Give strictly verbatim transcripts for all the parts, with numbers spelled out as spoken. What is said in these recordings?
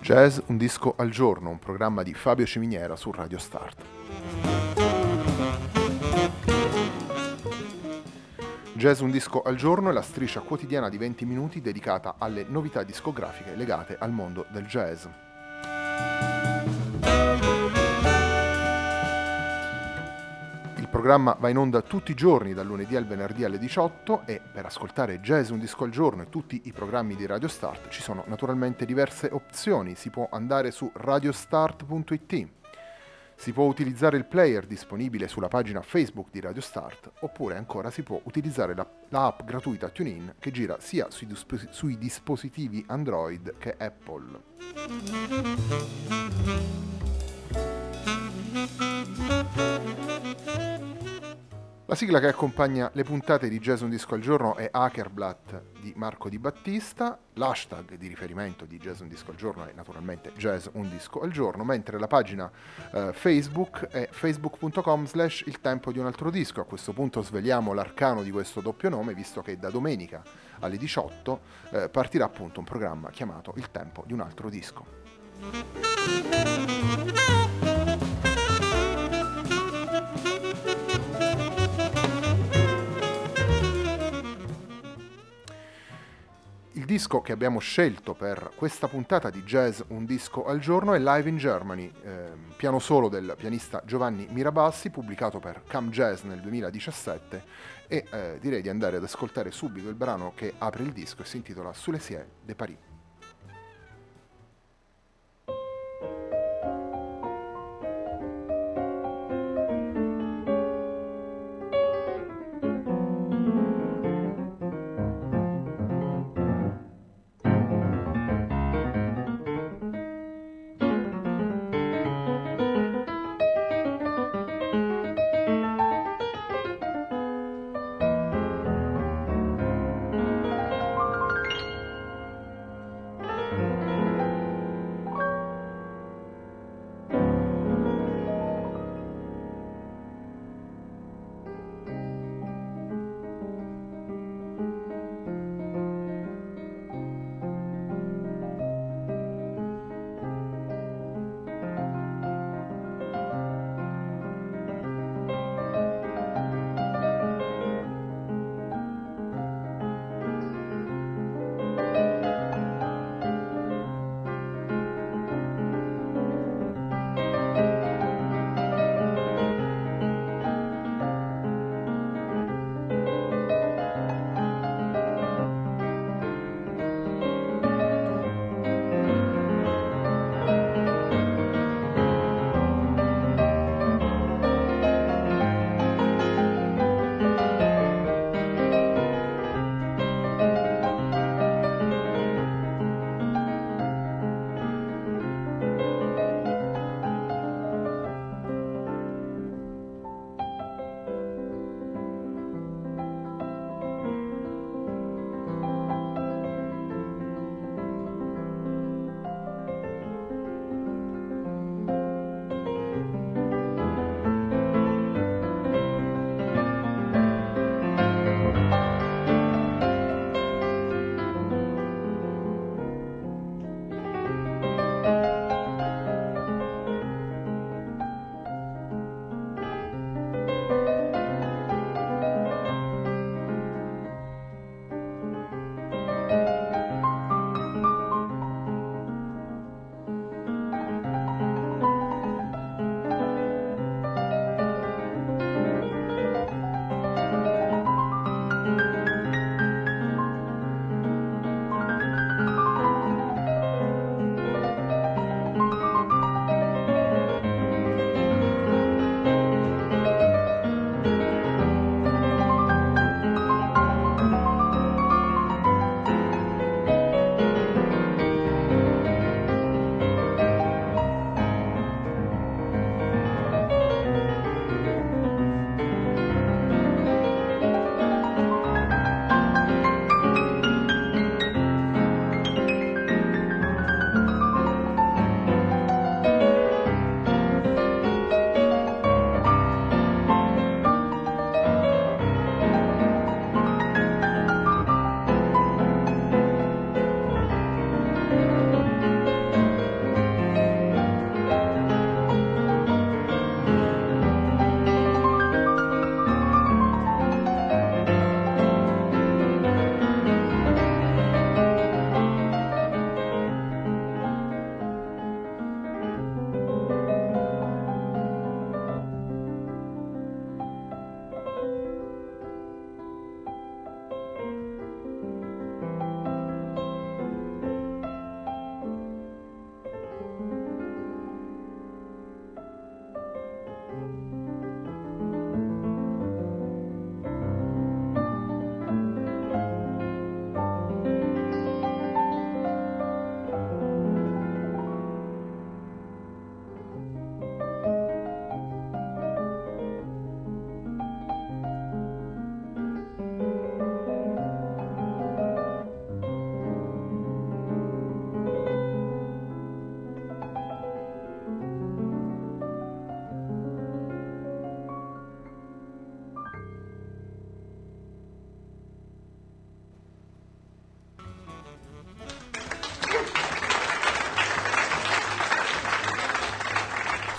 Jazz, un disco al giorno, un programma di Fabio Ciminiera su Radio Start. Jazz, un disco al giorno è la striscia quotidiana di venti minuti dedicata alle novità discografiche legate al mondo del jazz. Il programma va in onda tutti i giorni, dal lunedì al venerdì alle diciotto, e per ascoltare Jazz, un disco al giorno e tutti i programmi di Radio Start ci sono naturalmente diverse opzioni. Si può andare su radiostart punto it, si può utilizzare il player disponibile sulla pagina Facebook di Radio Start, oppure ancora si può utilizzare la, la app gratuita TuneIn che gira sia sui, disposi- sui dispositivi Android che Apple. La sigla che accompagna le puntate di Jazz, un disco al giorno è Hackerblatt di Marco Di Battista. L'hashtag di riferimento di Jazz, un disco al giorno è naturalmente Jazz, un disco al giorno, mentre la pagina eh, Facebook è facebook punto com slash il tempo di un altro disco. A questo punto sveliamo l'arcano di questo doppio nome, visto che da domenica alle diciotto eh, partirà appunto un programma chiamato Il tempo di un altro disco. Il disco che abbiamo scelto per questa puntata di Jazz, un disco al giorno, è Live in Germany, eh, piano solo del pianista Giovanni Mirabassi, pubblicato per Come Jazz nel duemiladiciassette, e eh, direi di andare ad ascoltare subito il brano che apre il disco e si intitola Sous les cieux de Paris.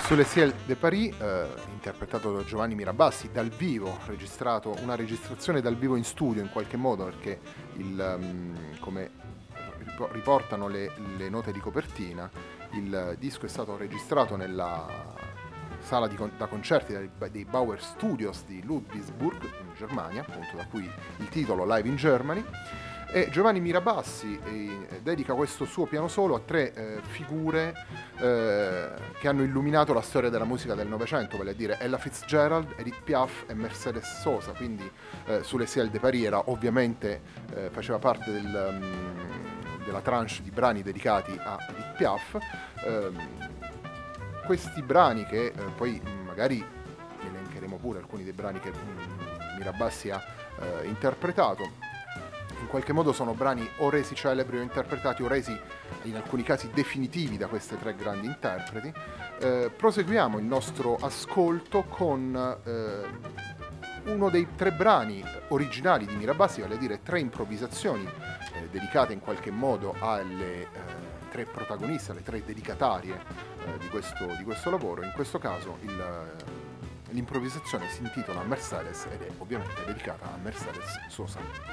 Sulle Ciel de Paris, eh, interpretato da Giovanni Mirabassi, dal vivo, registrato, una registrazione dal vivo in studio in qualche modo, perché il, um, come riportano le, le note di copertina, il disco è stato registrato nella sala di con- da concerti dei, dei Bauer Studios di Ludwigsburg, in Germania, appunto da cui il titolo Live in Germany. E Giovanni Mirabassi eh, dedica questo suo piano solo a tre eh, figure eh, che hanno illuminato la storia della musica del Novecento, vale a dire Ella Fitzgerald, Edith Piaf e Mercedes Sosa. Quindi eh, sulle Ciel de Paris era ovviamente eh, faceva parte del, um, della tranche di brani dedicati a Edith Piaf. Eh, questi brani che eh, poi magari elencheremo pure alcuni dei brani che um, Mirabassi ha eh, interpretato. In qualche modo sono brani o resi celebri o interpretati o resi in alcuni casi definitivi da queste tre grandi interpreti. Eh, proseguiamo il nostro ascolto con eh, uno dei tre brani originali di Mirabassi, vale a dire tre improvvisazioni eh, dedicate in qualche modo alle eh, tre protagoniste, alle tre dedicatarie eh, di, questo, di questo lavoro. In questo caso il, l'improvvisazione si intitola Mercedes ed è ovviamente dedicata a Mercedes Sosa.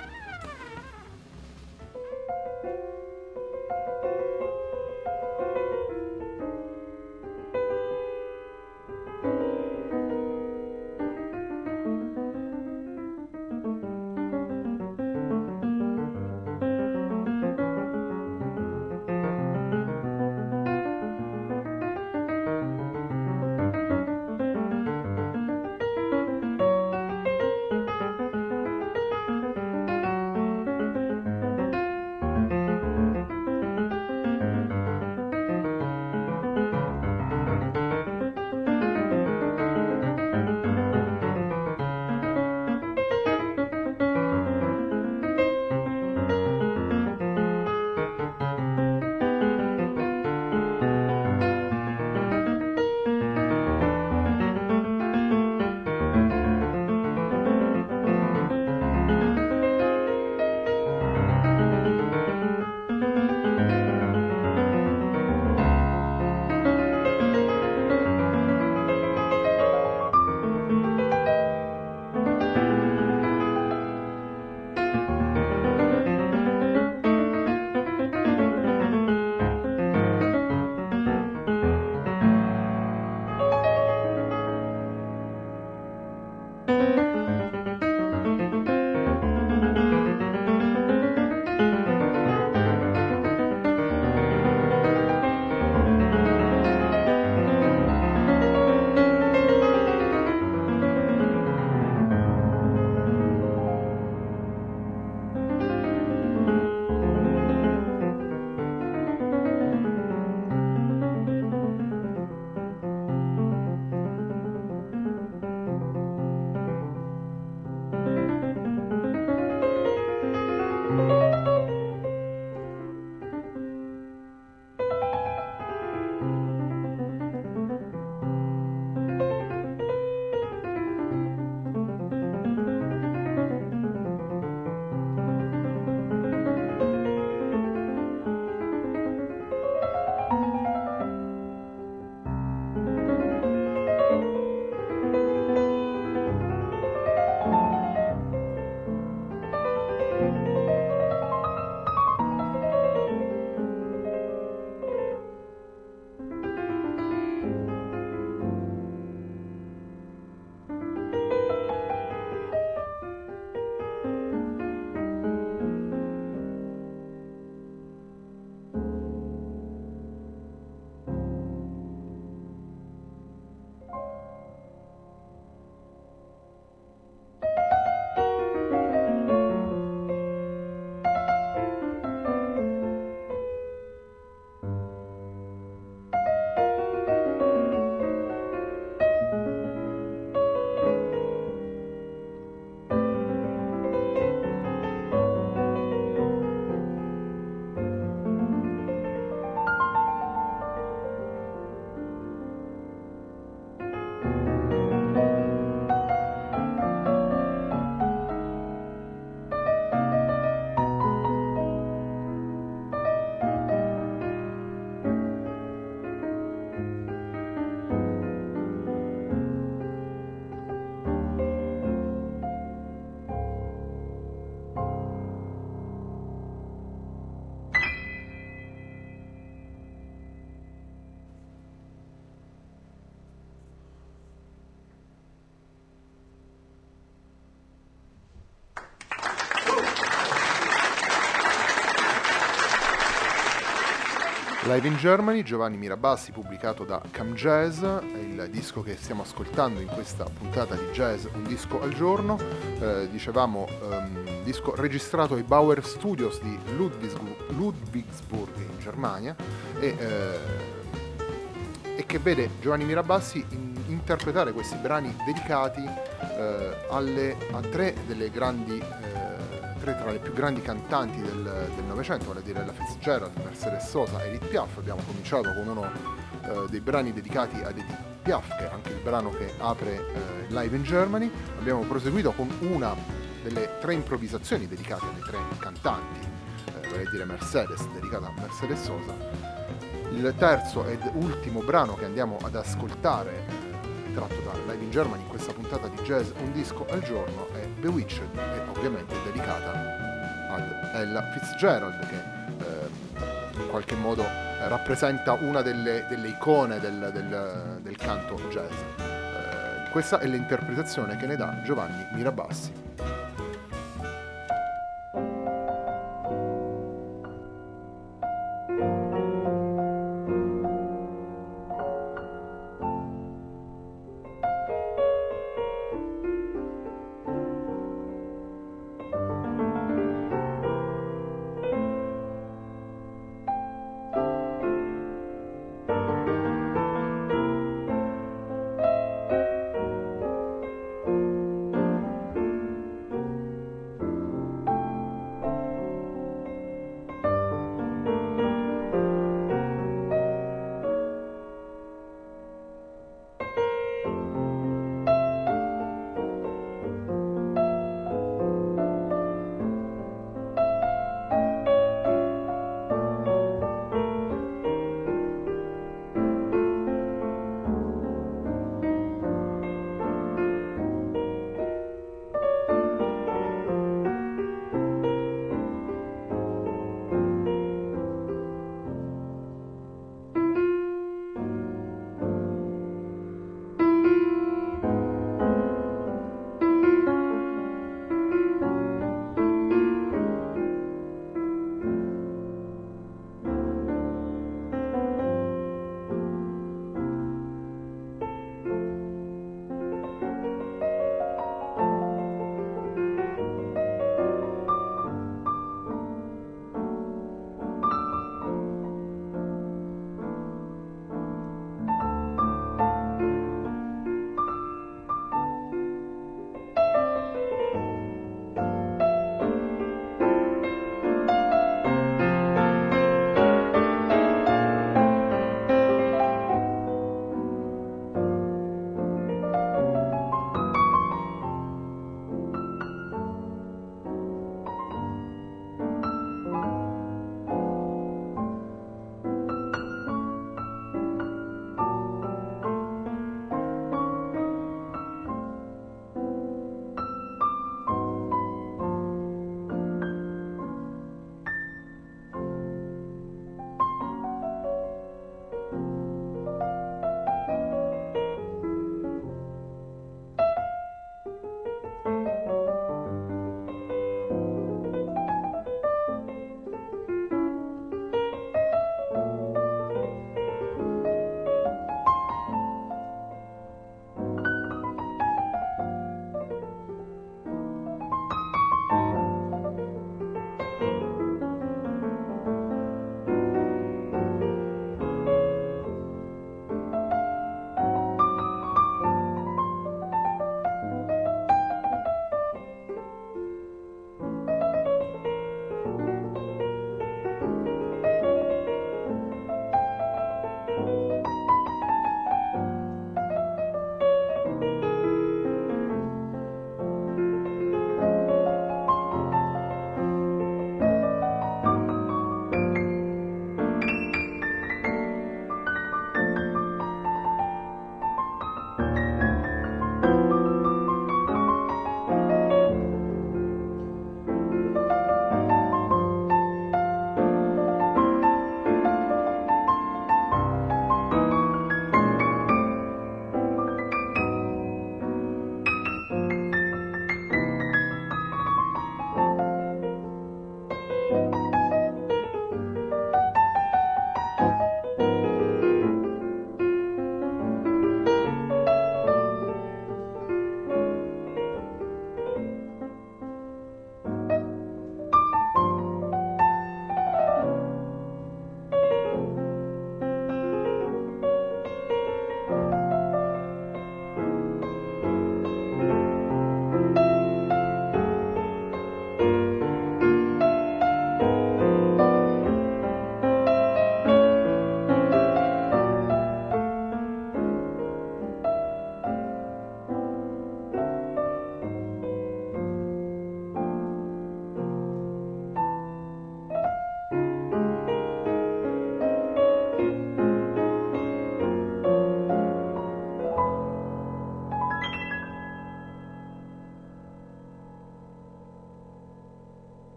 Live in Germany, Giovanni Mirabassi, pubblicato da Cam Jazz, il disco che stiamo ascoltando in questa puntata di Jazz Un Disco al Giorno. Eh, dicevamo, um, disco registrato ai Bauer Studios di Ludwigsburg, Ludwigsburg in Germania e, eh, e che vede Giovanni Mirabassi in, interpretare questi brani dedicati eh, alle, a tre delle grandi eh, tra le più grandi cantanti del Novecento, vale a dire Ella Fitzgerald, Mercedes Sosa e Edith Piaf. Abbiamo cominciato con uno eh, dei brani dedicati ad Edith Piaf, che è anche il brano che apre eh, Live in Germany. Abbiamo proseguito con una delle tre improvvisazioni dedicate alle tre cantanti, eh, vale a dire Mercedes, dedicata a Mercedes Sosa. Il terzo ed ultimo brano che andiamo ad ascoltare, eh, tratto da Live in Germany in questa puntata di Jazz Un Disco al Giorno, è Bewitched, e ovviamente dedicata ad Ella Fitzgerald, che eh, in qualche modo eh, rappresenta una delle, delle icone del, del, del canto jazz. Eh, questa è l'interpretazione che ne dà Giovanni Mirabassi.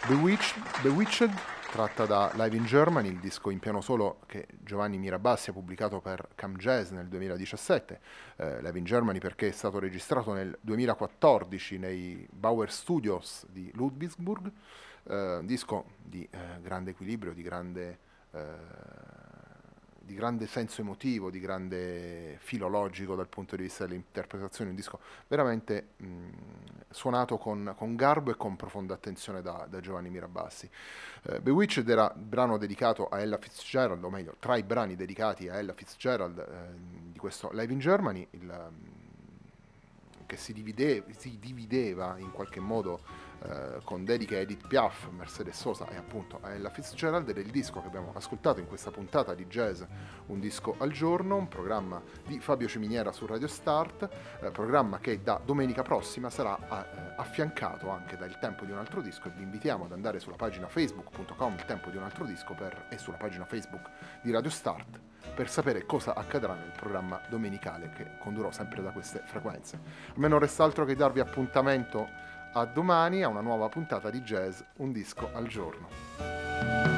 Bewitched, Bewitched, tratta da Live in Germany, il disco in piano solo che Giovanni Mirabassi ha pubblicato per Come Jazz nel duemiladiciassette. Eh, Live in Germany perché è stato registrato nel duemilaquattordici nei Bauer Studios di Ludwigsburg, eh, un disco di eh, grande equilibrio, di grande, eh, di grande senso emotivo, di grande filologico dal punto di vista dell'interpretazione, un disco veramente mh, suonato con, con garbo e con profonda attenzione da, da Giovanni Mirabassi. Uh, Bewitched era il brano dedicato a Ella Fitzgerald, o meglio, tra i brani dedicati a Ella Fitzgerald eh, di questo Live in Germany, il, um, che si, divide, si divideva in qualche modo eh, con dediche a Edith Piaf, Mercedes Sosa e appunto a Ella Fitzgerald, ed è il disco che abbiamo ascoltato in questa puntata di Jazz Un disco al giorno, un programma di Fabio Ciminiera su Radio Start, eh, programma che da domenica prossima sarà eh, affiancato anche da Il Tempo di un altro disco, e vi invitiamo ad andare sulla pagina facebook punto com Il Tempo di un altro disco per, e sulla pagina Facebook di Radio Start per sapere cosa accadrà nel programma domenicale che condurrò sempre da queste frequenze. A me non resta altro che darvi appuntamento a domani, a una nuova puntata di Jazz Un disco al giorno.